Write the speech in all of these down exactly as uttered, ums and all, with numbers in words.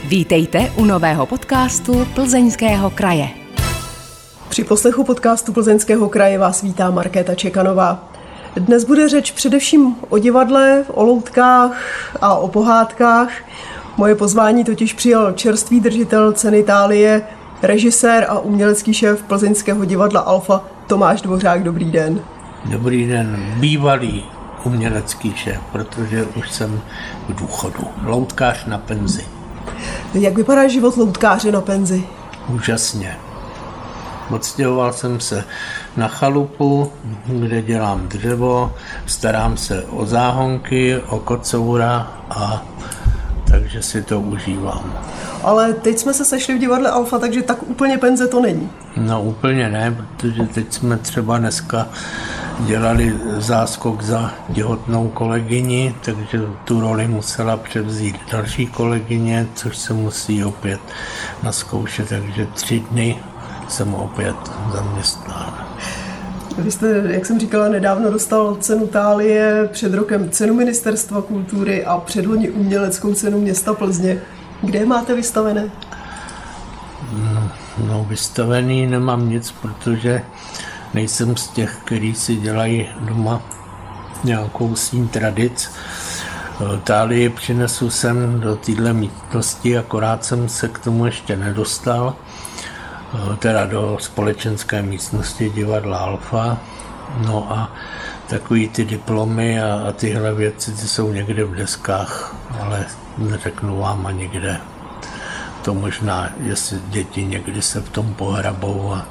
Vítejte u nového podcastu Plzeňského kraje. Při poslechu podcastu Plzeňského kraje vás vítá Markéta Čekanová. Dnes bude řeč především o divadle, o loutkách a o pohádkách. Moje pozvání totiž přijal čerstvý držitel ceny Thálie, režisér a umělecký šéf plzeňského divadla Alfa Tomáš Dvořák. Dobrý den. Dobrý den, bývalý umělecký šéf, protože už jsem v důchodu. Loutkář na penzi. Jak vypadá život loutkáře na penzi? Úžasně. Odstěhoval jsem se na chalupu, kde dělám dřevo, starám se o záhonky, o kocoura a takže si to užívám. Ale teď jsme se sešli v divadle Alfa, takže tak úplně penze to není. No úplně ne, protože teď jsme třeba dneska dělali záskok za těhotnou kolegyni, takže tu roli musela převzít další kolegyně, což se musí opět nazkoušet, takže tři dny jsem opět zaměstnán. Vy jste, jak jsem říkala, nedávno dostal cenu Thálie, před rokem cenu Ministerstva kultury a předloni uměleckou cenu města Plzně. Kde je máte vystavené? No, no vystavený nemám nic, protože nejsem z těch, kteří si dělají doma nějakou síň tradic. Thálii přinesu sem do téhle místnosti, akorát jsem se k tomu ještě nedostal, teda do společenské místnosti divadla Alfa. No a takový ty diplomy a, a tyhle věci ty jsou někde v deskách, ale neřeknu vám ani kde. To možná, jestli děti někdy se v tom pohrabou a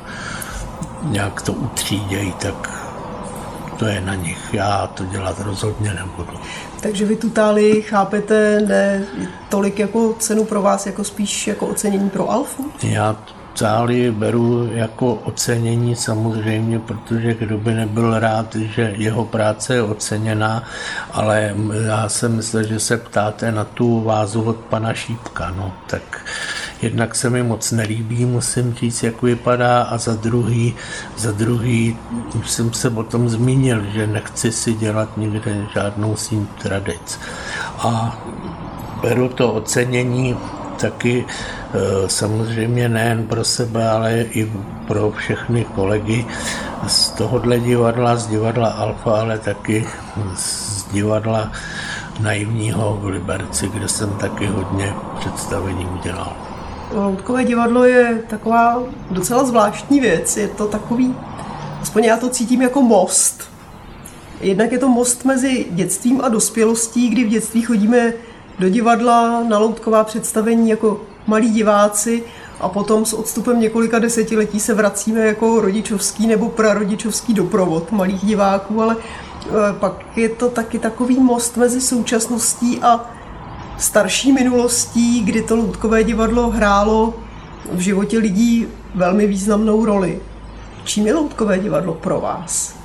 nějak to utřídějí, tak to je na nich. Já to dělat rozhodně nebudu. Takže vy tu Thálii chápete ne tolik jako cenu pro vás, jako spíš jako ocenění pro Alfu? Já Thálii beru jako ocenění samozřejmě, protože kdo by nebyl rád, že jeho práce je oceněná, ale já jsem myslel, že se ptáte na tu vázu od pana Šípka, no tak jednak se mi moc nelíbí, musím říct, jak vypadá, a za druhý, za druhý už jsem se o tom zmínil, že nechci si dělat nikde žádnou síň tradic. A beru to ocenění taky samozřejmě nejen pro sebe, ale i pro všechny kolegy z tohohle divadla, z divadla Alfa, ale taky z divadla Naivního v Liberci, kde jsem taky hodně představení udělal. Loutkové divadlo je taková docela zvláštní věc. Je to takový, aspoň já to cítím jako most. Jednak je to most mezi dětstvím a dospělostí, kdy v dětství chodíme do divadla na loutková představení jako malí diváci a potom s odstupem několika desetiletí se vracíme jako rodičovský nebo prarodičovský doprovod malých diváků, ale pak je to taky takový most mezi současností a starší minulostí, kdy to loutkové divadlo hrálo v životě lidí velmi významnou roli. Čím je loutkové divadlo pro vás?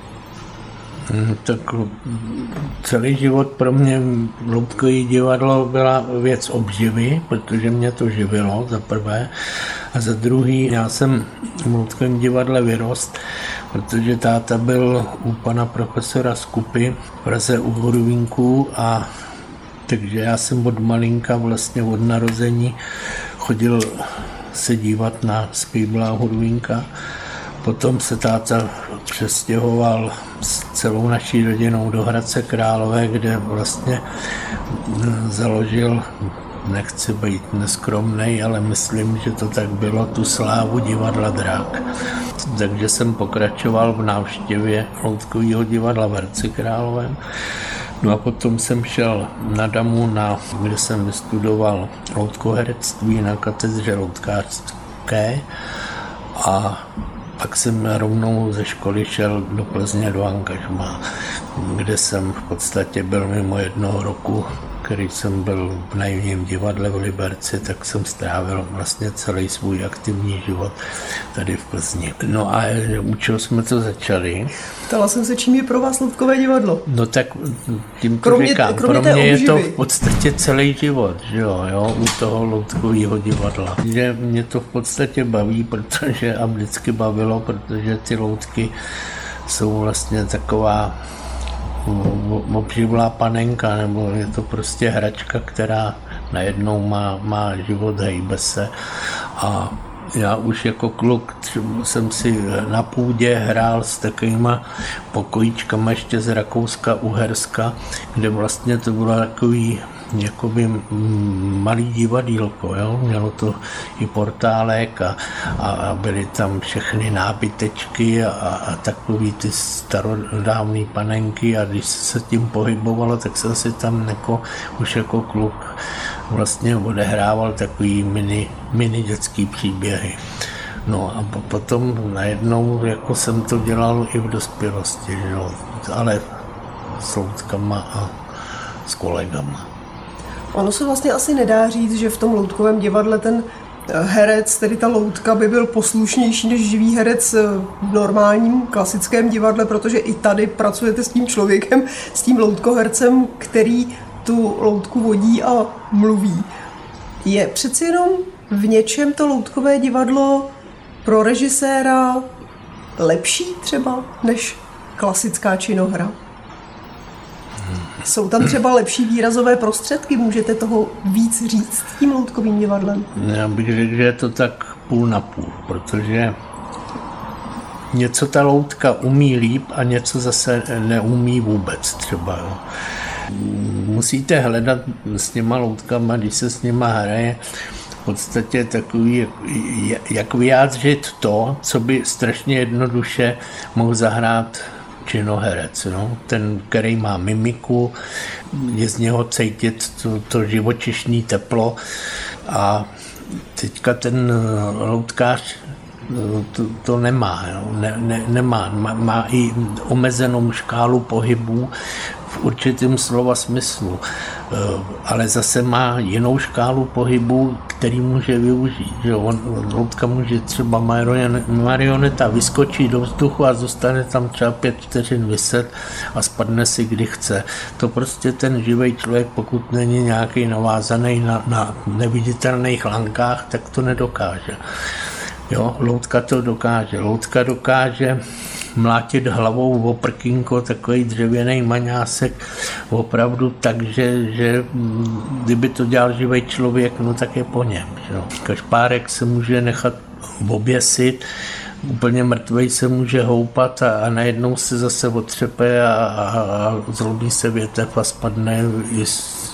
Tak celý život pro mě loutkové divadlo byla věc obživy, protože mě to živilo za prvé, a za druhý já jsem v loutkovém divadle vyrost, protože táta byl u pana profesora Skupy v Praze u Hurvínků, a takže já jsem od malinka, vlastně od narození, chodil se dívat na Spíbla Hurvínka. Potom se táta přestěhoval s celou naší rodinou do Hradce Králové, kde vlastně založil, nechci být neskromnej, ale myslím, že to tak bylo, tu slávu divadla Drák. Takže jsem pokračoval v návštěvě loutkového divadla v Hradci Královém. No a potom jsem šel na Damu, na, kde jsem vystudoval loutkoherectví na katedře loutkářské, a pak jsem rovnou ze školy šel do Plzně do angažmá, kde jsem v podstatě byl mimo jednoho roku, který jsem byl v Naivním divadle v Liberci, tak jsem strávil vlastně celý svůj aktivní život tady v Plzni. No a učil jsme to začali. Ptala jsem se, čím je pro vás loutkové divadlo? No tak tím to kromě, říkám, kromě pro mě je to obživy. v podstatě celý život, že jo, jo, u toho loutkového divadla. Že mě to v podstatě baví, protože a vždycky bavilo, protože ty loutky jsou vlastně taková obživlá panenka, nebo je to prostě hračka, která najednou má, má život, hejbe se. A já už jako kluk jsem si na půdě hrál s takovýma pokojíčkama ještě z Rakouska, Uherska, kde vlastně to bylo takový jakoby malý divadýlko, jo? Mělo to i portálek a, a byly tam všechny nábytečky a, a takový ty starodávné panenky a když se tím pohybovalo, tak jsem si tam jako, už jako kluk vlastně odehrával takový mini, mini dětský příběhy. No a potom najednou jako jsem to dělal i v dospělosti, jo? Ale s loutkama a s kolegama. Ono se vlastně asi nedá říct, že v tom loutkovém divadle ten herec, tedy ta loutka, by byl poslušnější než živý herec v normálním klasickém divadle, protože i tady pracujete s tím člověkem, s tím loutkohercem, který tu loutku vodí a mluví. Je přeci jenom v něčem to loutkové divadlo pro režiséra lepší třeba než klasická činohra? Jsou tam třeba lepší výrazové prostředky? Můžete toho víc říct tím loutkovým divadlem? Já bych řekl, že je to tak půl na půl, protože něco ta loutka umí líp a něco zase neumí vůbec třeba. Jo. Musíte hledat s těma loutkama, když se s nima hraje, v podstatě takový, jak vyjádřit to, co by strašně jednoduše mohl zahrát činoherec, no? Ten, který má mimiku, je z něho cítit to, to živočišné teplo a teďka ten loutkář to, to nemá, jo? Ne, ne, nemá. Má, má i omezenou škálu pohybů v určitém slova smyslu, ale zase má jinou škálu pohybů, který může využít. Že on, loutka může třeba marioneta vyskočí do vzduchu a zůstane tam třeba pět vteřin viset a spadne si, kdy chce. To prostě ten živý člověk, pokud není nějaký navázaný na, na neviditelných lankách, tak to nedokáže. Jo, loutka to dokáže. Loutka dokáže mlátit hlavou o prkínko, takový dřevěný maňásek, opravdu tak, že, že kdyby to dělal živý člověk, no tak je po něm. Že? Kašpárek se může nechat oběsit, úplně mrtvej se může houpat a, a najednou se zase otřepe a, a, a zlomí se větev a spadne i s,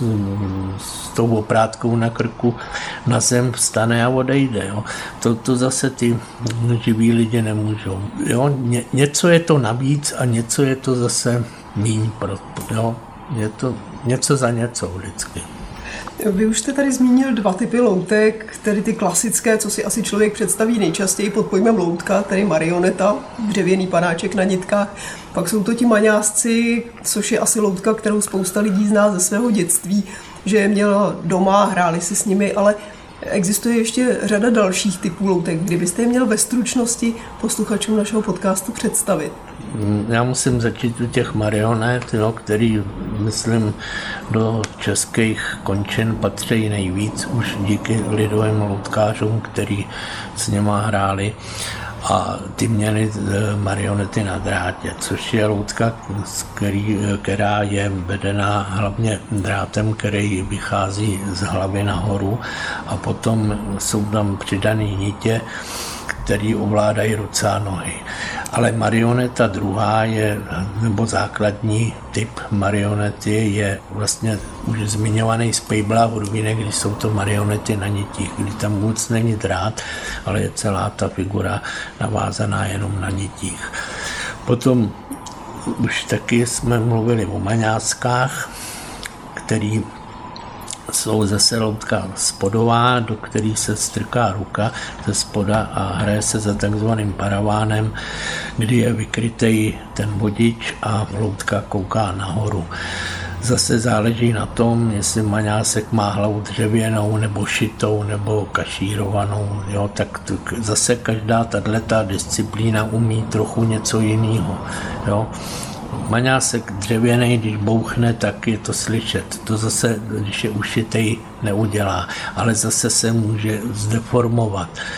s tou oprátkou na krku na zem, vstane a odejde. Jo. To, to zase ty živí lidi nemůžou. Jo. Ně, něco je to navíc a něco je to zase míň. Jo. Je to něco za něco vždycky. Vy už jste tady zmínil dva typy loutek, tedy ty klasické, co si asi člověk představí nejčastěji pod pojmem loutka, tedy marioneta, dřevěný panáček na nitkách. Pak jsou to ti maňásci, což je asi loutka, kterou spousta lidí zná ze svého dětství, že je měla doma, hráli si s nimi, ale existuje ještě řada dalších typů loutek. Kdybyste je měl ve stručnosti posluchačům našeho podcastu představit? Já musím začít u těch marionet, jo, který, myslím, do českých končin patří nejvíc, už díky lidovým loutkářům, který s něma hráli. A ty měly marionety na drátě, což je loutka, který, která je vedená hlavně drátem, který vychází z hlavy nahoru a potom jsou tam přidané nitě, který ovládají ruce a nohy. Ale marioneta druhá je, nebo základní typ marionety je vlastně už zmiňovaný z Pejbla v Urvínek, když jsou to marionety na nitích, kdy tam vůbec není drát, ale je celá ta figura navázaná jenom na nitích. Potom už taky jsme mluvili o maňáskách, který jsou zase loutka spodová, do který se strká ruka ze spoda a hraje se za takzvaným paravánem, kdy je vykrytej ten vodič a loutka kouká nahoru. Zase záleží na tom, jestli maňásek má hlavu dřevěnou, nebo šitou, nebo kašírovanou. Jo, tak to, zase každá tato disciplína umí trochu něco jiného. Jo. Maňásek dřevěný, když bouchne, tak je to slyšet. To zase, když je ušitej, neudělá, ale zase se může zdeformovat.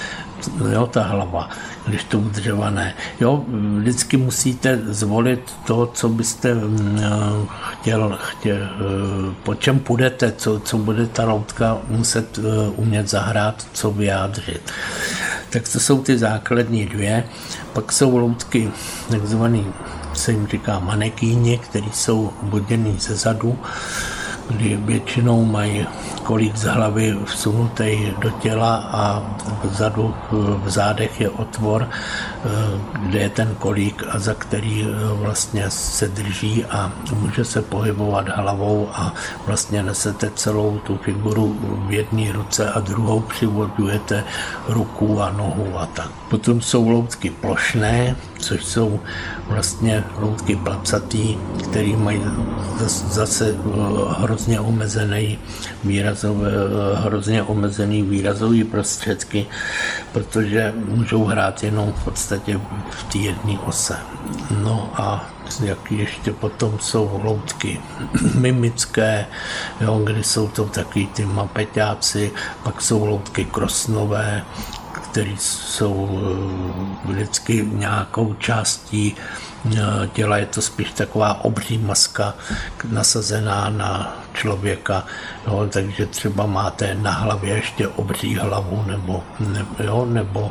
jo, ta hlava, když to udřevané. Jo, vždycky musíte zvolit to, co byste chtěl, chtěl po čem půjdete, co, co bude ta loutka muset umět zahrát, co vyjádřit. Tak to jsou ty základní dvě. Pak jsou loutky takzvaný, se jim říká manekýni, který jsou boděný ze zadu, kdy většinou mají kolík z hlavy vsunutý do těla a vzadu v zádech je otvor, kde je ten kolík a za který vlastně se drží a může se pohybovat hlavou a vlastně nesete celou tu figuru v jedné ruce a druhou přivodujete ruku a nohu a tak. Potom jsou loutky plošné, což jsou vlastně loutky placatý, které mají zase hrozně omezený výrazový, hrozně omezený výrazový prostředky, protože můžou hrát jenom v podstatě v té jedné ose. No a jak ještě potom jsou loutky mimické, jo, kdy jsou to taky ty mapeťáci, pak jsou loutky krosnové, které jsou vždycky nějakou částí těla, je to spíš taková obří maska nasazená na člověka, jo, takže třeba máte na hlavě ještě obří hlavu, nebo, ne, jo, nebo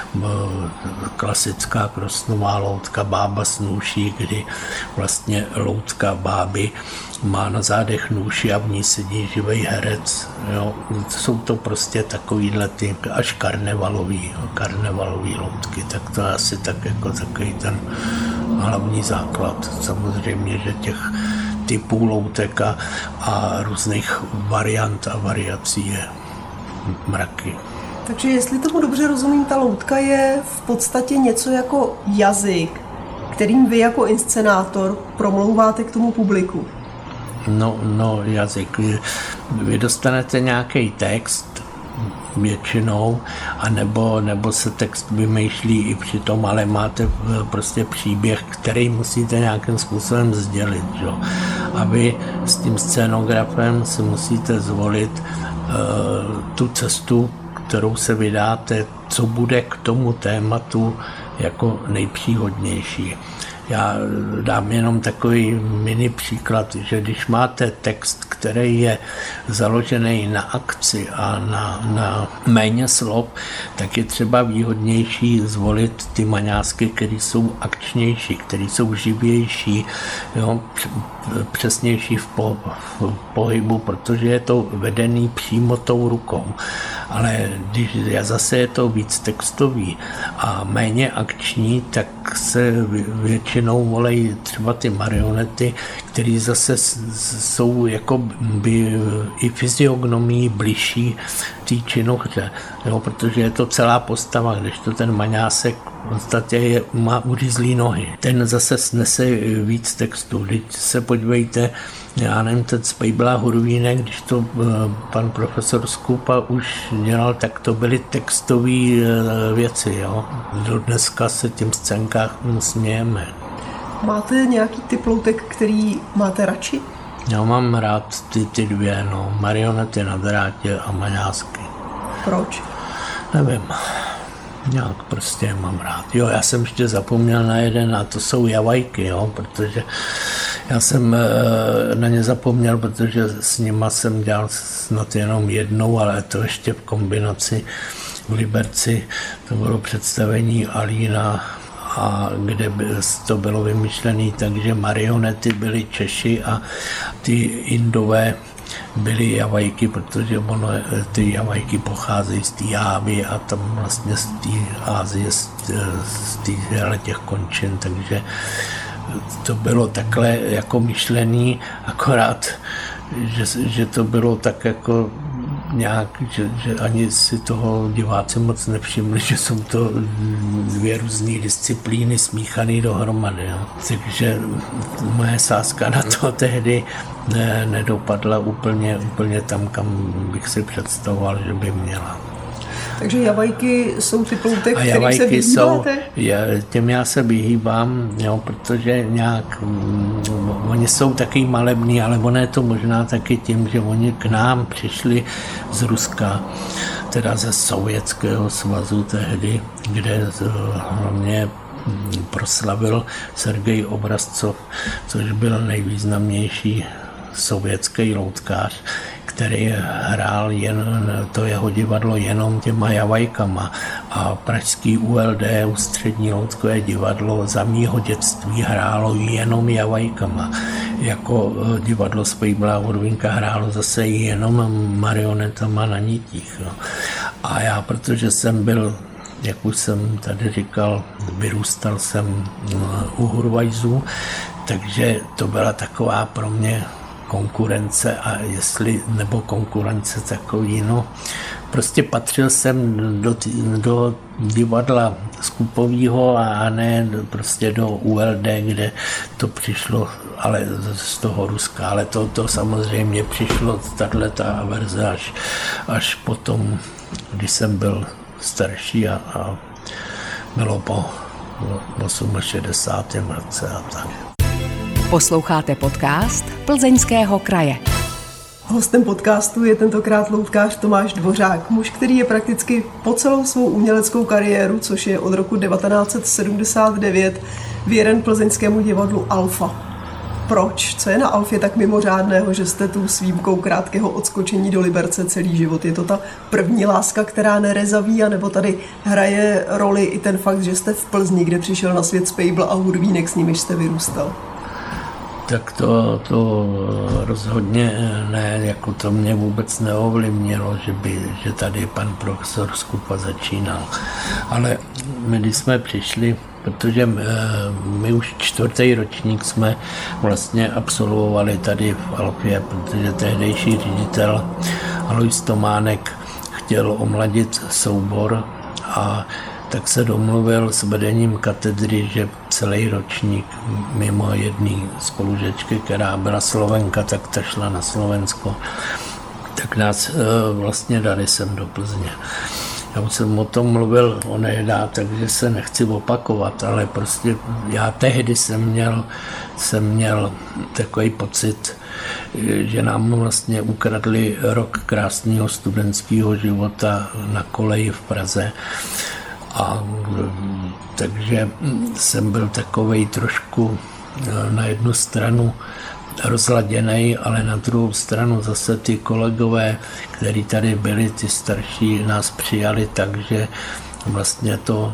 klasická krosnová loutka bába s nůší, kdy vlastně loutka báby má na zádech nůši a v ní sedí živej herec. Jo. Jsou to prostě takovýhle ty až karnevalový, jo, karnevalový loutky, tak to je asi tak jako takový ten hlavní základ. Samozřejmě, že těch typů loutek a, a různých variant a variací je mraky. Takže jestli tomu dobře rozumím, ta loutka je v podstatě něco jako jazyk, kterým vy jako inscenátor promlouváte k tomu publiku. No, no jazyk. Vy dostanete nějaký text většinou, anebo, nebo se text vymýšlí i přitom, ale máte prostě příběh, který musíte nějakým způsobem sdělit. Že? A vy s tím scénografem si musíte zvolit uh, tu cestu, kterou se vydáte, co bude k tomu tématu jako nejpříhodnější. Já dám jenom takový mini příklad, že když máte text, který je založený na akci a na, na méně slov, tak je třeba výhodnější zvolit ty maňásky, které jsou akčnější, které jsou živější, jo, přesnější v, po, v pohybu, protože je to vedený přímo tou rukou. Ale když zase je to víc textový a méně akční, tak se většinou volají třeba ty marionety, které zase jsou jako by i fyziognomií bližší té činohře, jo, protože je to celá postava, když to ten maňásek v podstatě je, má uřízlý nohy. Ten zase snese víc textu. Když se podívejte, já nevím, ten Spejbla Hurvínek, když to pan profesor Skupa už dělal, tak to byly textové věci. Jo. Do dneska se tím scénkách smějeme. Máte nějaký typ loutek, který máte radši? Já mám rád ty, ty dvě, no, marionety na drátě a maňásky. Proč? Nevím. Nějak prostě mám rád. Jo, já jsem ještě zapomněl na jeden a to jsou javajky, jo, protože já jsem na ně zapomněl, protože s nima jsem dělal snad jenom jednou, ale to ještě v kombinaci v Liberci. To bylo představení Alína, a kde by to bylo vymyšlené, takže marionety byly Češi a ty Indové byly javajky, protože ono, ty javajky pocházejí z té Jávy a tam vlastně z té Ázie, z, z těch končin, takže to bylo takhle jako myšlený, akorát, že, že to bylo tak jako nějak, že, že ani si toho diváci moc nevšimli, že jsou to dvě různé disciplíny smíchané dohromady. Jo. Takže moje sázka na to tehdy ne, nedopadla úplně, úplně tam, kam bych si představoval, že by měla. Takže javajky jsou ty ploutek, kterým se vyhýbáte? Těm já se vyhýbám, jo, protože nějak, mm, oni jsou taky malební, ale ono je to možná taky tím, že oni k nám přišli z Ruska. teda ze Sovětského svazu tehdy, kde hlavně proslavil Sergej Obrazcov, což byl nejvýznamnější sovětský loutkář, který hrál jen, to jeho divadlo jenom těma javajkama a pražský U L D, Ústřední loutkové divadlo, za mýho dětství hrálo jenom javajkama. Jako divadlo z Pejbla a Hurvínka hrálo zase jenom marionetama na nitích. No. A já, protože jsem byl, jak už jsem tady říkal, vyrůstal jsem u Hurvajzů, takže to byla taková pro mě konkurence a jestli, nebo konkurence takový, no, prostě patřil jsem do, do divadla Skupovýho a ne prostě do U L D, kde to přišlo, ale z toho Ruska, ale to, to samozřejmě přišlo, tato verze až, až potom, když jsem byl starší a, a bylo po šedesátém osmém roce a tak. Posloucháte podcast Plzeňského kraje. Hostem podcastu je tentokrát loutkář Tomáš Dvořák, muž, který je prakticky po celou svou uměleckou kariéru, což je od roku devatenáct set sedmdesát devět, věren plzeňskému divadlu Alfa. Proč? Co je na Alfě tak mimořádného, že jste tu s výjimkou krátkého odskočení do Liberce celý život? Je to ta první láska, která nerezaví, anebo tady hraje roli i ten fakt, že jste v Plzni, kde přišel na svět Spejbl a Hurvínek, s nimiž jste vyrůstal? Tak to, to rozhodně ne, jako to mě vůbec neovlivnilo, že, by, že tady pan profesor Skupa začínal. Ale my, když jsme přišli, protože my už čtvrtý ročník jsme vlastně absolvovali tady v Alfě, protože tehdejší ředitel Alois Tománek chtěl omladit soubor a tak se domluvil s vedením katedry, že celý ročník mimo jedný spolužečky, která byla Slovenka, tak ta šla na Slovensko, tak nás vlastně dali sem do Plzně. Já už jsem o tom mluvil onehdá, takže se nechci opakovat, ale prostě já tehdy jsem měl, jsem měl takový pocit, že nám vlastně ukradli rok krásného studentského života na koleji v Praze. A takže jsem byl takovej trošku na jednu stranu rozladěnej, ale na druhou stranu zase ty kolegové, kteří tady byli, ty starší, nás přijali, takže vlastně to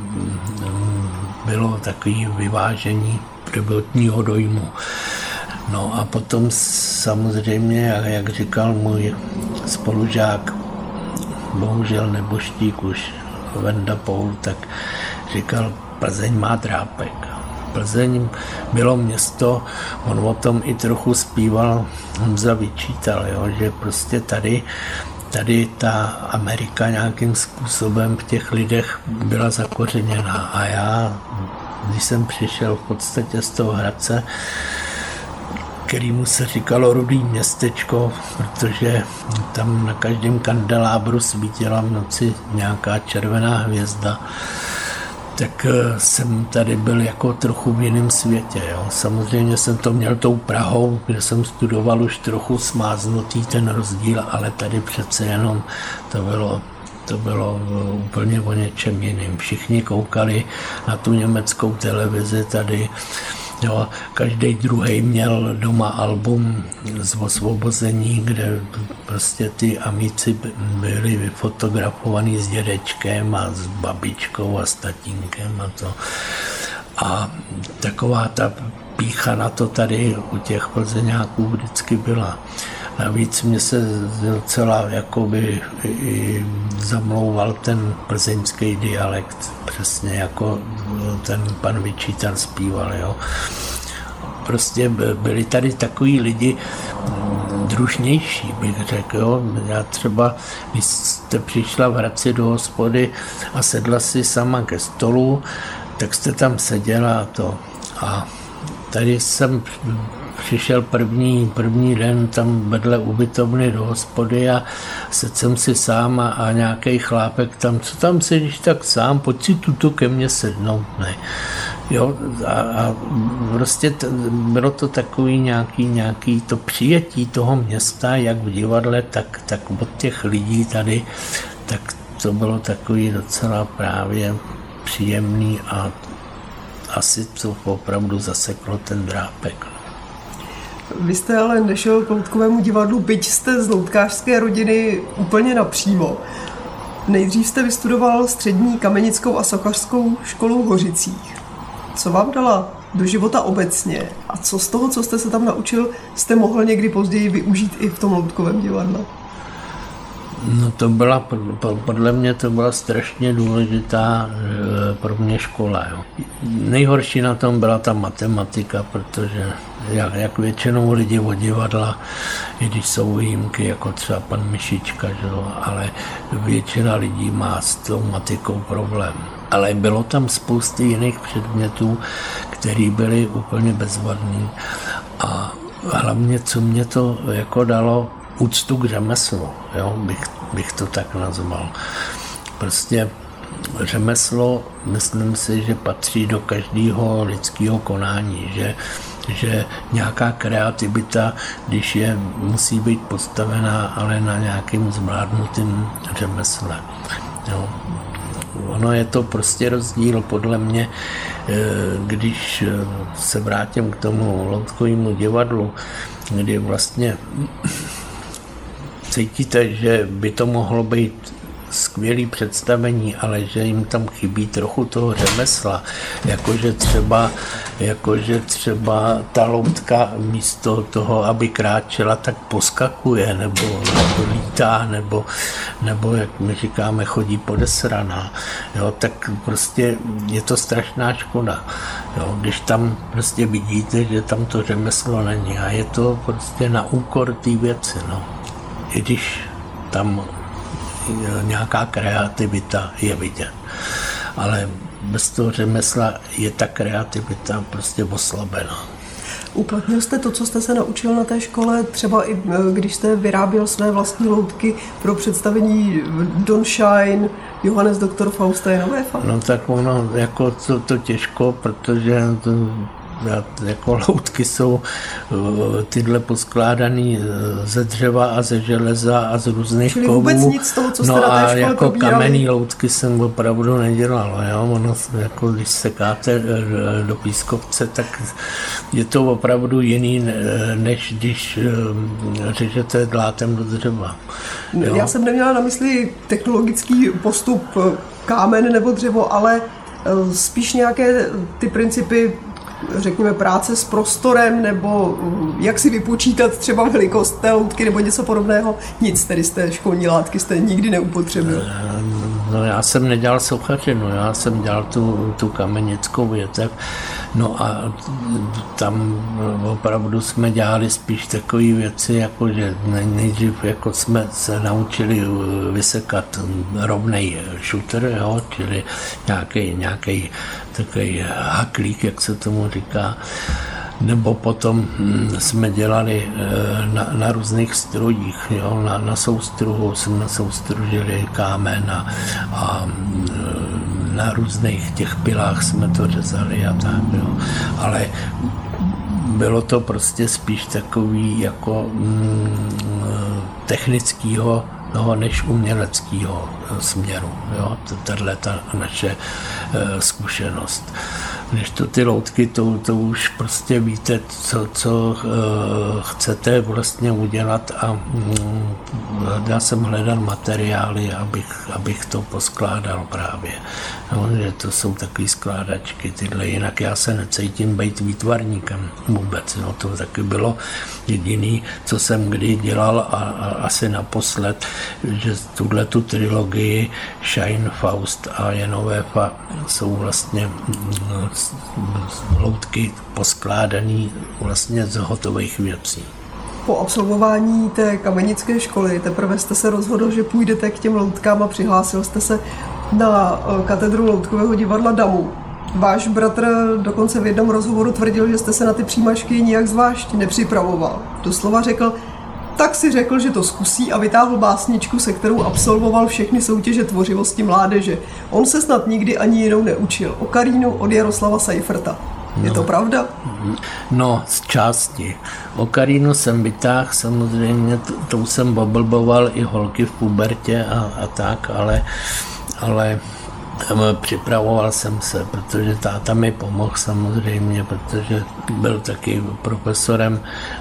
bylo takové vyvážení prvotního dojmu. No a potom samozřejmě, jak říkal můj spolužák, bohužel neboštík už, Venda Poul, tak říkal, Plzeň má drápek. Plzeň bylo město, on o tom i trochu zpíval, Honza vyčítal, jo, že prostě tady, tady ta Amerika nějakým způsobem v těch lidech byla zakořeněná. A já, když jsem přišel v podstatě z toho Hradce, kterýmu se říkalo Rudý městečko, protože tam na každém kandelábru svítila v noci nějaká červená hvězda, tak jsem tady byl jako trochu v jiném světě. Jo. Samozřejmě jsem to měl tou Prahou, kde jsem studoval už trochu smáznutý ten rozdíl, ale tady přece jenom to bylo, to bylo úplně o něčem jiným. Všichni koukali na tu německou televizi tady. Jo, každý druhý měl doma album z Osvobození, kde prostě ty amici byli vyfotografovaný s dědečkem a s babičkou a s tatínkem a to. A taková ta pýcha na to tady u těch plzeňáků vždycky byla. Navíc mě se docela jakoby i zamlouval ten plzeňský dialekt, přesně jako ten pan Vyčítal zpíval. Jo. Prostě byli tady takový lidi družnější, bych řekl. Jo. Já třeba, když jste přišla v Hradci do hospody a sedla si sama ke stolu, tak jste tam seděla a to. A tady jsem přišel první, první den tam vedle ubytovny do hospody a sedl jsem si sám a, a nějaký chlápek tam, co tam sedíš tak sám, pojď si tuto ke mně sednout, ne. Jo, a, a prostě t, bylo to takový nějaký, nějaký to přijetí toho města, jak v divadle, tak, tak od těch lidí tady, tak to bylo takový docela právě příjemný a asi to opravdu zaseklo ten drápek. Vy jste ale nešel k loutkovému divadlu, byť jste z loutkářské rodiny úplně napřímo. Nejdřív jste vystudoval střední kamenickou a sochařskou školu v Hořicích. Co vám dala do života obecně a co z toho, co jste se tam naučil, jste mohl někdy později využít i v tom loutkovém divadle? No to byla, podle mě to byla strašně důležitá pro mě škola. Jo. Nejhorší na tom byla ta matematika, protože jak, jak většinou lidi od divadla, i když jsou výjimky, jako třeba pan Myšička, že jo, ale většina lidí má s tou matikou problém. Ale bylo tam spousty jiných předmětů, které byly úplně bezvadný. A hlavně, co mě to jako dalo, úctu k řemeslu, jo, bych, bych to tak nazval. Prostě řemeslo, myslím si, že patří do každého lidského konání, že, že nějaká kreativita, když je, musí být postavená, ale na nějakým zvládnutým řemesle. Jo. Ono je to prostě rozdíl podle mě, když se vrátím k tomu loutkovému divadlu, kdy vlastně cítíte, že by to mohlo být skvělé představení, ale že jim tam chybí trochu toho řemesla, jakože třeba, jakože třeba ta loutka místo toho, aby kráčela, tak poskakuje, nebo, nebo lítá, nebo, nebo jak my říkáme, chodí podesraná. Jo, tak prostě je to strašná škoda. Jo, když tam prostě vidíte, že tam to řemeslo není a je to prostě na úkor té věci. No. I když tam nějaká kreativita je vidět. Ale bez toho řemesla je ta kreativita prostě oslabená. Uplatnil jste to, co jste se naučil na té škole, třeba i když jste vyráběl své vlastní loutky pro představení Don Shine, Johannes doktor Faust a Jenovéfa? No tak ono, jako to, to těžko, protože to, jako loutky jsou tyhle poskládaný ze dřeva a ze železa a z různých Čili kovů. Vůbec nic z toho, co jste no na té škole a jako probírali. kamenný loutky jsem opravdu nedělal. Jo? Ono, jako když sekáte do pískovce, tak je to opravdu jiný, než když řežete dlátem do dřeva. Jo? Já jsem neměla na mysli technologický postup kámen nebo dřevo, ale spíš nějaké ty principy, řekněme, práce s prostorem, nebo jak si vypočítat třeba velikost té loutky nebo něco podobného. Nic tedy z té školní látky jste nikdy neupotřebil. No já jsem nedělal sochařinu, já jsem dělal tu, tu kamenickou větev, no a tam opravdu jsme dělali spíš takové věci, jako že nejdřív jako jsme se naučili vysekat rovnej šuter, jo, čili nějaký, nějaký takový haklík, jak se tomu říká, nebo potom jsme dělali na, na různých strojích, jo? Na, na soustruhu jsme soustružili kámen a, a na různých těch pilách jsme to řezali a tak, jo? Ale bylo to prostě spíš takový jako mm, technického no, než uměleckého směru. Jo? Tahle ta naše e, zkušenost. Když to ty loutky, to, to už prostě víte, co, co e, chcete vlastně udělat a mm, já jsem hledal materiály, abych, abych to poskládal právě. No, že to jsou takové skládačky, tyhle, jinak já se necítím být výtvarníkem vůbec. No, to taky bylo jediný, co jsem kdy dělal a, a asi naposled, že tuhle tu trilogii Shine, Faust a Jenovéfa jsou vlastně mm, loutky poskládané vlastně z hotových věcí. Po absolvování té kamenické školy teprve jste se rozhodl, že půjdete k těm loutkám a přihlásil jste se na katedru loutkového divadla Damu. Váš bratr dokonce v jednom rozhovoru tvrdil, že jste se na ty přijímačky nijak zvlášť nepřipravoval. Doslova řekl, tak si řekl, že to zkusí a vytáhl básničku, se kterou absolvoval všechny soutěže tvořivosti mládeže. On se snad nikdy ani jinou neučil. Okarínu od Jaroslava Seiferta. Je no, to pravda? No, z části. O Karínu jsem vytáhl, samozřejmě, to, to jsem oblboval i holky v pubertě a, a tak, ale, ale připravoval jsem se, protože táta mi pomohl samozřejmě, protože byl taky profesorem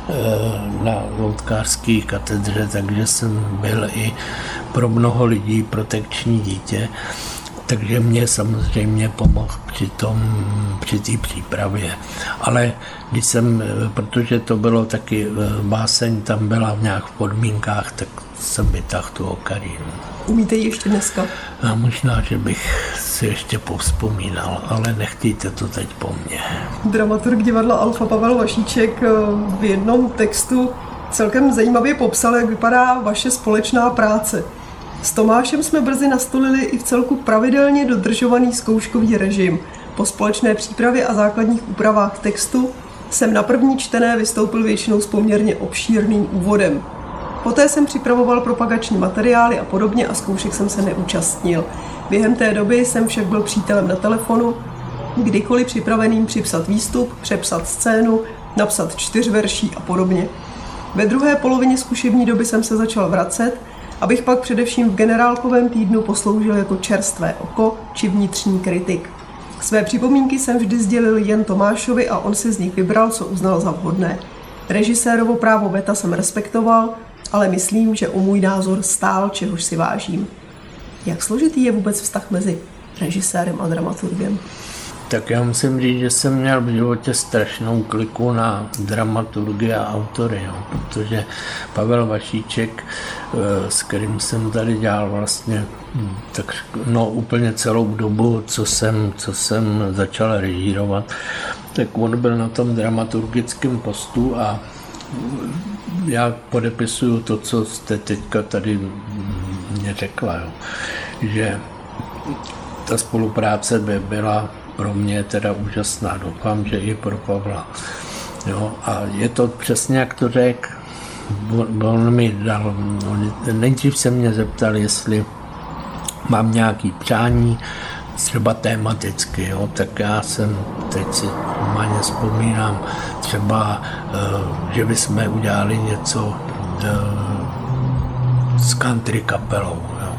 na loutkářské katedře, takže jsem byl i pro mnoho lidí protekční dítě. Takže mě samozřejmě pomohl při tom, při té přípravě. Ale když jsem, protože to bylo taky báseň, tam byla v nějakých podmínkách, tak jsem vytáhl tu Okarinu. Umíte ji ještě dneska? A možná, že bych si ještě povzpomínal, ale nechtějte to teď po mně. Dramaturg divadla Alfa Pavel Vašíček v jednom textu celkem zajímavě popsal, jak vypadá vaše společná práce. S Tomášem jsme brzy nastolili i v celku pravidelně dodržovaný zkouškový režim. Po společné přípravě a základních úpravách textu jsem na první čtené vystoupil většinou s poměrně obšírným úvodem. Poté jsem připravoval propagační materiály a podobně a zkoušek jsem se neúčastnil. Během té doby jsem však byl přítelem na telefonu, kdykoliv připraveným připsat výstup, přepsat scénu, napsat čtyř verší a podobně. Ve druhé polovině zkušební doby jsem se začal vracet, abych pak především v generálkovém týdnu posloužil jako čerstvé oko či vnitřní kritik. Své připomínky jsem vždy sdělil jen Tomášovi a on si z nich vybral, co uznal za vhodné. Režisérovo právo veta jsem respektoval, ale myslím, že o můj názor stál, čehož si vážím. Jak složitý je vůbec vztah mezi režisérem a dramaturgem? Tak já musím říct, že jsem měl v životě strašnou kliku na dramaturgy a autory, jo, protože Pavel Vašíček, s kterým jsem tady dělal vlastně tak, no, úplně celou dobu, co jsem, co jsem začal režírovat, tak on byl na tom dramaturgickém postu a já podepisuju to, co jste teďka tady mě řekla, jo, že ta spolupráce by byla pro mě teda úžasná, doufám, že i pro Pavla. Jo, a je to přesně, jak to řekl, on mi dal, nejdřív se mě zeptal, jestli mám nějaký přání, třeba tematicky, jo, tak já jsem, teď si normálně vzpomínám, třeba, že bychom udělali něco s country kapelou, jo.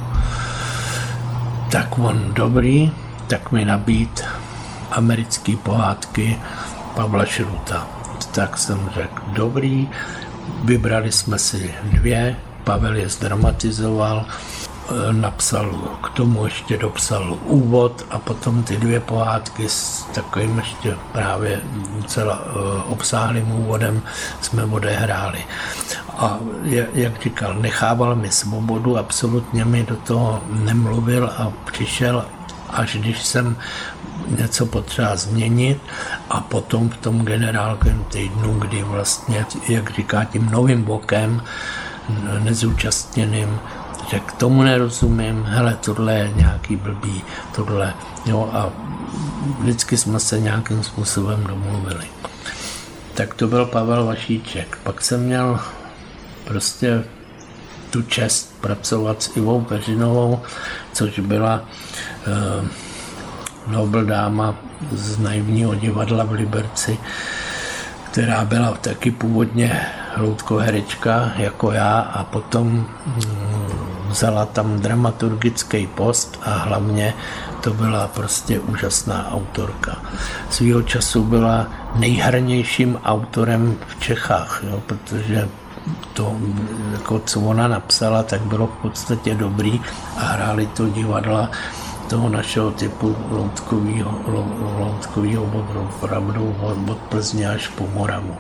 Tak on dobrý, tak mi nabít americké pohádky Pavla Šruta. Tak jsem řekl, dobrý, vybrali jsme si dvě, Pavel je zdramatizoval, napsal k tomu ještě dopsal úvod a potom ty dvě pohádky s takovým ještě právě docela obsáhlým úvodem jsme odehráli. A jak říkal, nechával mi svobodu, absolutně mi do toho nemluvil a přišel, až když jsem něco potřeba změnit a potom v tom generálkovém týdnu, kdy vlastně, jak říká, tím novým bokem, nezúčastněným, že k tomu nerozumím, hele, tohle je nějaký blbý, tohle, jo, a vždycky jsme se nějakým způsobem domluvili. Tak to byl Pavel Vašíček. Pak jsem měl prostě tu čest pracovat s Ivou Peřinovou, což byla eh, Nobel dáma z naivního divadla v Liberci, která byla taky původně loutkoherečka jako já a potom vzala tam dramaturgický post a hlavně to byla prostě úžasná autorka. Svýho času byla nejhrnějším autorem v Čechách, jo, protože to, jako co ona napsala, tak bylo v podstatě dobrý a hráli to divadla toho našeho typu loutkovýho, loutkovýho opravdu od Plzně až po Moravu.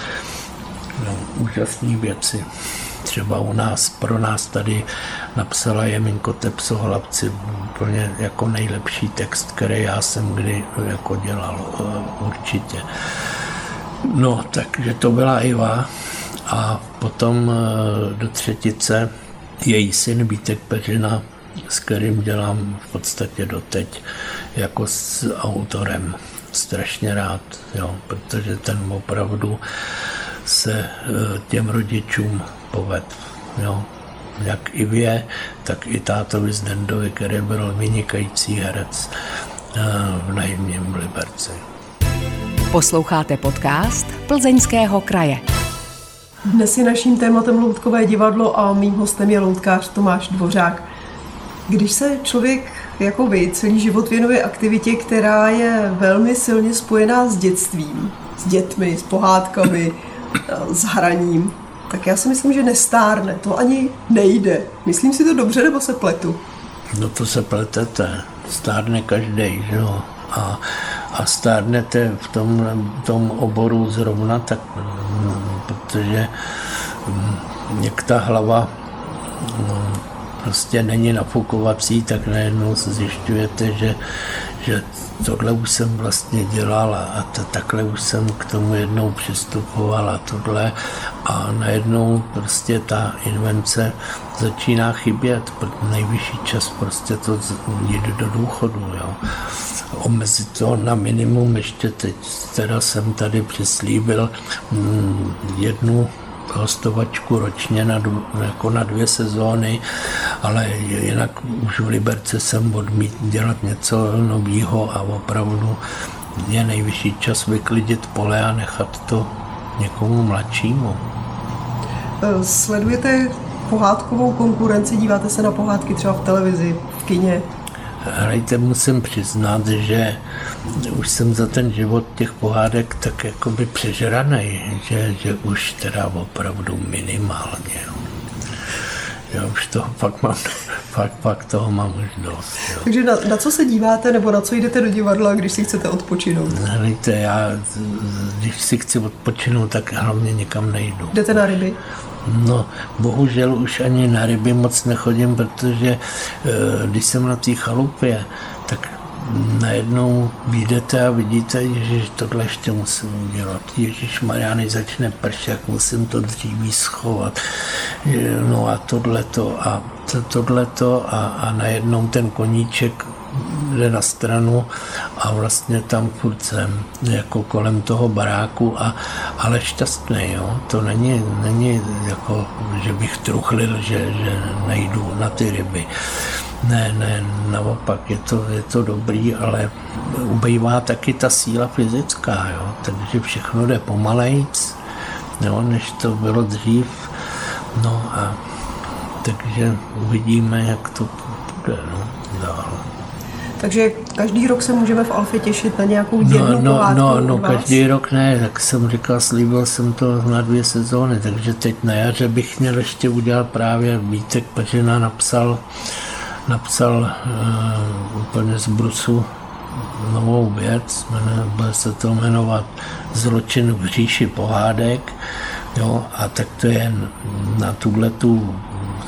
No, úžasné věci. Třeba u nás, pro nás tady napsala Jeminko Tepsohlavci úplně jako nejlepší text, který já jsem kdy jako dělal, určitě. No, takže to byla Iva a potom do třetice její syn Vítek Peřina, s kterým dělám v podstatě doteď jako s autorem. Strašně rád, jo, protože ten opravdu se těm rodičům povedl. Jo. Jak Ivě, tak i tátovi Zdendovi, který byl vynikající herec v naivním Liberci. Posloucháte podcast Plzeňského kraje. Dnes je naším tématem loutkové divadlo a mým hostem je loutkář Tomáš Dvořák. Když se člověk jako vy celý život věnuje aktivitě, která je velmi silně spojená s dětstvím, s dětmi, s pohádkami, s hraním, tak já si myslím, že nestárne. To ani nejde. Myslím si to dobře, nebo se pletu? No to se pletete. Stárne každý, že jo. A, a stárnete v tom, tom oboru zrovna tak, protože jak ta hlava no, prostě není nafukovací, tak najednou zjišťujete, že, že tohle už jsem vlastně dělal a to, takhle už jsem k tomu jednou přistupoval a tohle a najednou prostě ta invence začíná chybět, nejvyšší čas prostě to jít do důchodu, jo. Omezit to na minimum, ještě teď teda jsem tady přislíbil mm, jednu hostovačku ročně na, jako na dvě sezóny, ale jinak už v Liberci jsem odmít dělat něco nového a opravdu je nejvyšší čas vyklidit pole a nechat to někomu mladšímu. Sledujete pohádkovou konkurenci, díváte se na pohádky třeba v televizi, v kině? Hrajte, musím přiznat, že už jsem za ten život těch pohádek tak jakoby přežranej, že, že už teda opravdu minimálně. Já už toho pak mám, pak, pak toho mám už dost. Jo. Takže na, na co se díváte, nebo na co jdete do divadla, když si chcete odpočinout? Hlejte, já když si chci odpočinout, tak hlavně nikam nejdu. Jdete na ryby? No, bohužel už ani na ryby moc nechodím, protože když jsem na té chalupě, tak najednou vyjdete a vidíte, že tohle ještě musím udělat. Ježišmarja, než začne pršet, musím to dříví schovat. No a tohleto a tohleto a, a najednou ten koníček jde na stranu a vlastně tam furt jsem jako kolem toho baráku, a, ale šťastný, jo. To není, není jako, že bych truchlil, že, že nejdu na ty ryby. Ne, ne, naopak, je to, je to dobrý, ale ubývá taky ta síla fyzická, jo. Takže všechno jde pomalejc, jo, než to bylo dřív. No a takže uvidíme, jak to bude, no, dál. Takže každý rok se můžeme v Alfě těšit na nějakou jednu no, pohádku no, no, od vás? Každý rok ne, tak jsem říkal, slíbil jsem to na dvě sezóny, takže teď na jaře bych měl ještě udělat právě Vítek Peřina napsal, napsal uh, úplně z brusu novou věc, bude se to jmenovat Zločin v říši pohádek, jo, a tak to je na tuhletu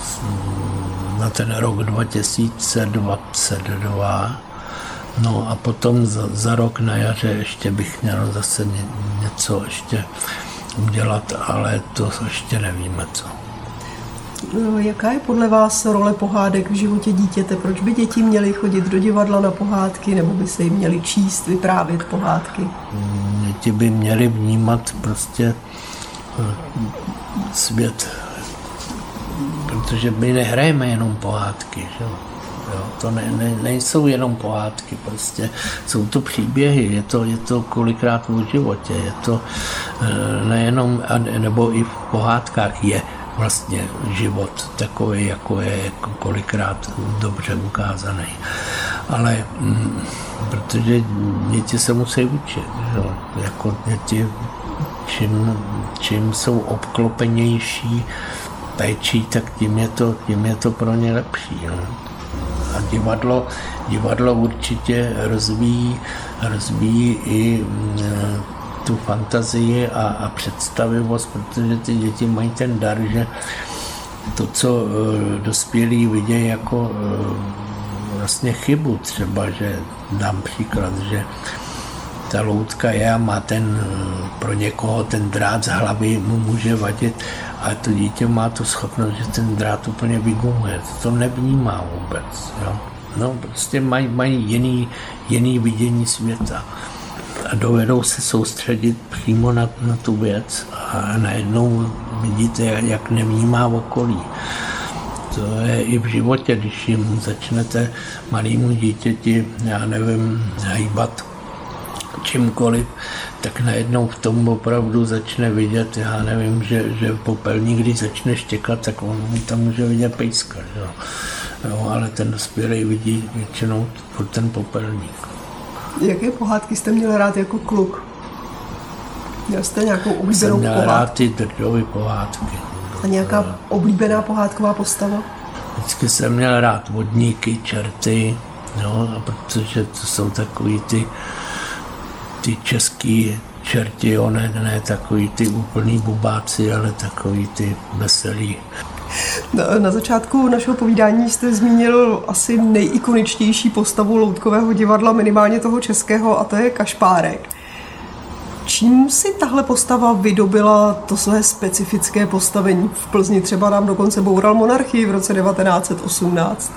na ten rok dva tisíce dvacet dva. No a potom za, za rok na jaře ještě bych měl zase ně, něco ještě udělat, ale to ještě nevíme co. Jaká je podle vás role pohádek v životě dítěte? Proč by děti měly chodit do divadla na pohádky, nebo by se jim měly číst, vyprávět pohádky? Děti by měly vnímat prostě svět, protože my nehrajeme jenom pohádky, že jo. Jo, to ne, ne, nejsou jenom pohádky, prostě jsou to příběhy, je to, je to kolikrát o životě, je to nejenom, nebo i v pohádkách je vlastně život takový, jako je kolikrát dobře ukázaný. Ale m, protože děti se musí učit, že? Jako děti, čím, čím jsou obklopenější péčí, tak tím je to, tím je to pro ně lepší. Jo? A divadlo, divadlo určitě rozvíjí, rozvíjí i m, tu fantazii a, a představivost, protože ty děti mají ten dar, že to, co e, dospělí vidějí jako e, vlastně chybu třeba, že dám příklad, že ta loutka je a má ten, pro někoho ten drát z hlavy mu může vadit, ale to dítě má tu schopnost, že ten drát úplně vygumuje, to nevnímá vůbec. Jo? No, prostě mají, mají jiný, jiný vidění světa a dovedou se soustředit přímo na, na tu věc a najednou vidíte, jak nevnímá okolí. To je i v životě, když jim začnete malému dítěti, já nevím, hýbat čímkoliv, tak najednou v tom opravdu začne vidět, já nevím, že, že popelník, když začne štěkat, tak on tam může vidět pejska, jo. Jo, ale ten dospělý vidí většinou ten popelník. Jaké pohádky jste měl rád jako kluk? Měl jste nějakou oblíbenou Jsem měl pohádku? rád ty Drďovy pohádky. A nějaká oblíbená pohádková postava? Vždycky jsem měl rád vodníky, čerty, jo, a protože to jsou takový ty, ty český čerti, jo, ne, ne takový ty úplný bubáci, ale takový ty veselí. Na, na začátku našeho povídání jste zmínil asi nejikoničtější postavu loutkového divadla, minimálně toho českého, a to je Kašpárek. Čím si tahle postava vydobila to své specifické postavení? V Plzni třeba nám dokonce boural monarchii v roce devatenáct set osmnáct.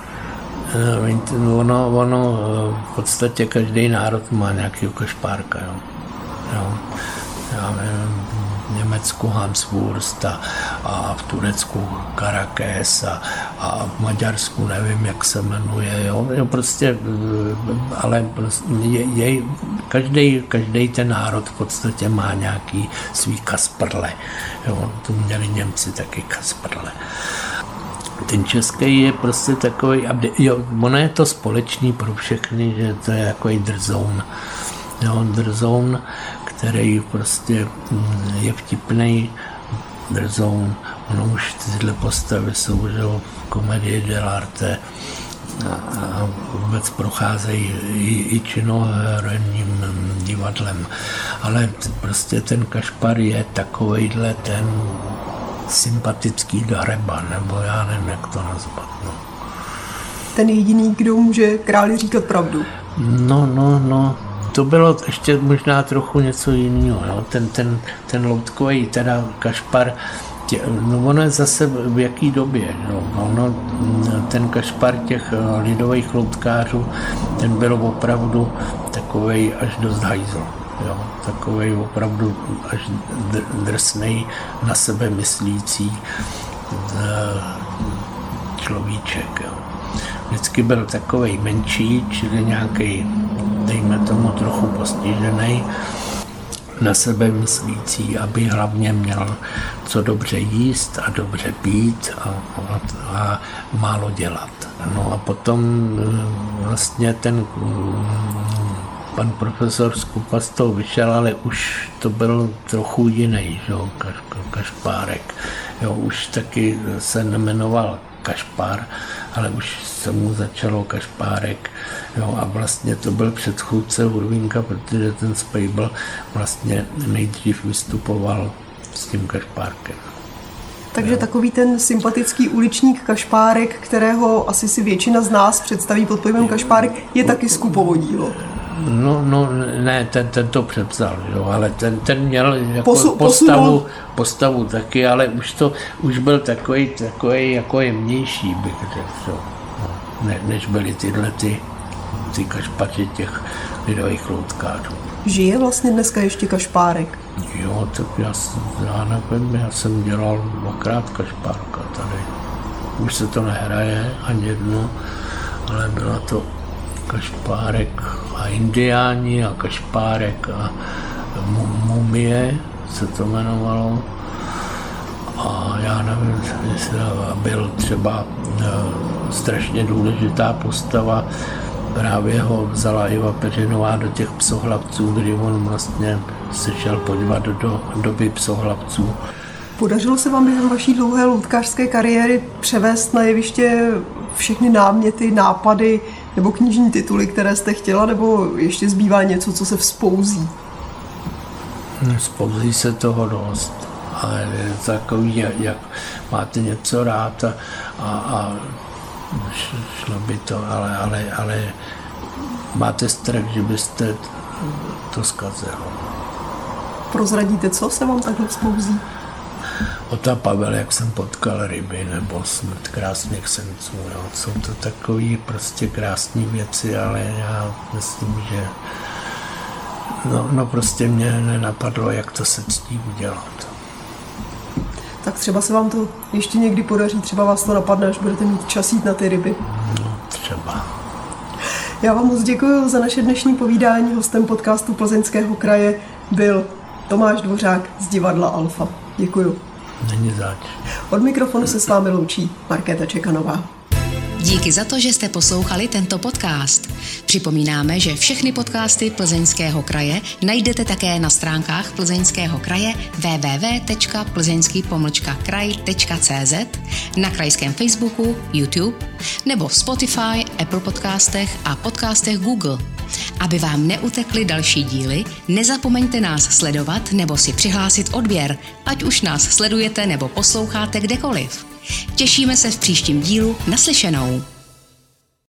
Ono, ono v podstatě každý národ má nějakého Kašpárka. Jo. Jo. Já nevím, v Německu Hanswurst a, a v Turecku Karakés a, a v Maďarsku nevím, jak se jmenuje. Jo. Jo, prostě, ale prostě je, je, každý, každý ten národ v podstatě má nějaký svý Kasprle. Jo. Tu měli Němci taky Kasprle. Ten český je prostě takový, jo, ono je to společný pro všechny, že to je jako drzoun. Jo, drzoun, který prostě je vtipnej, drzoun. Ono už tyhle postavy jsou, že v komedii dell'arte a vůbec procházejí i, i činoherním divadlem. Ale prostě ten Kašpar je takovejhle ten sympatický dareban, nebo já nevím, jak to nazvat. No. Ten jediný, kdo může králi říkat pravdu. No, no, no. To bylo ještě možná trochu něco jiného. No. Ten, ten, ten loutkový, teda Kašpar, tě, no ono je zase v jaký době. No. Ono, ten Kašpar těch lidových loutkářů, ten byl opravdu takovej až dost hajzl. Jo, takovej opravdu až drsnej, na sebe myslící človíček. Jo. Vždycky byl takovej menší, čili nějaký, dejme tomu, trochu postižený, na sebe myslící, aby hlavně měl co dobře jíst a dobře pít a, a, a málo dělat. No a potom vlastně ten pan profesor Skupa z toho vyšel, ale už to byl trochu jiný, že jo, Kaš, Kašpárek. Jo, už taky se nemenoval Kašpar, ale už se mu začalo Kašpárek. Jo, a vlastně to byl předchůdce Hurvínka, protože ten Spejbl vlastně nejdřív vystupoval s tím Kašpárkem. Takže jo. Takový ten sympatický uličník Kašpárek, kterého asi si většina z nás představí pod pojmem Kašpárek, je taky Skupovo dílo. No, no, ne, ten, ten to přepsal, jo, ale ten, ten měl jako Posu, postavu, postavu taky, ale už to, už byl takový, takový jako jemnější, bych řekl, no, ne, než byly tyhle ty, ty Kašpaři těch lidových loutkářů. Žije vlastně dneska ještě Kašpárek? Jo, tak já, já nevím, já jsem dělal dvakrát Kašpárka tady. Už se to nehraje ani jedno, ale byla to Kašpárek a indiáni a Kašpárek a mumie se to jmenovalo. A já nevím, jestli byl třeba strašně důležitá postava, právě ho vzala Iva Peřinová do těch psohlavců, kdy on vlastně se šel podívat do, do doby psohlavců. Podařilo se vám během vaší dlouhé loutkářské kariéry převést na jeviště všechny náměty, nápady nebo knižní tituly, které jste chtěla, nebo ještě zbývá něco, co se vzpouzí? Vzpouzí se toho dost. A je takový, jak máte něco rád a, a, a šlo by to, ale, ale, ale máte strach, že byste to zkazil. Prozradíte, co se vám takhle vzpouzí? Ota Pavel, jak jsem potkal ryby, nebo Smrt krásných senců. Jo. Jsou to takové prostě krásné věci, ale já myslím, že no, no prostě mě nenapadlo, jak to se ctí udělat. Tak třeba se vám to ještě někdy podaří, třeba vás to napadne, až budete mít čas jít na ty ryby. No, třeba. Já vám moc děkuji za naše dnešní povídání. Hostem podcastu Plzeňského kraje byl Tomáš Dvořák z divadla Alfa. Děkuji. Není zač. Od mikrofonu se s vámi loučí Markéta Čekanová. Díky za to, že jste poslouchali tento podcast. Připomínáme, že všechny podcasty Plzeňského kraje najdete také na stránkách Plzeňského kraje w w w tečka plzeňský pomlčka kraj tečka c z, na krajském Facebooku, YouTube nebo Spotify, Apple podcastech a podcastech Google. Aby vám neutekly další díly, nezapomeňte nás sledovat nebo si přihlásit odběr, ať už nás sledujete nebo posloucháte kdekoliv. Těšíme se v příštím dílu. Naslyšenou.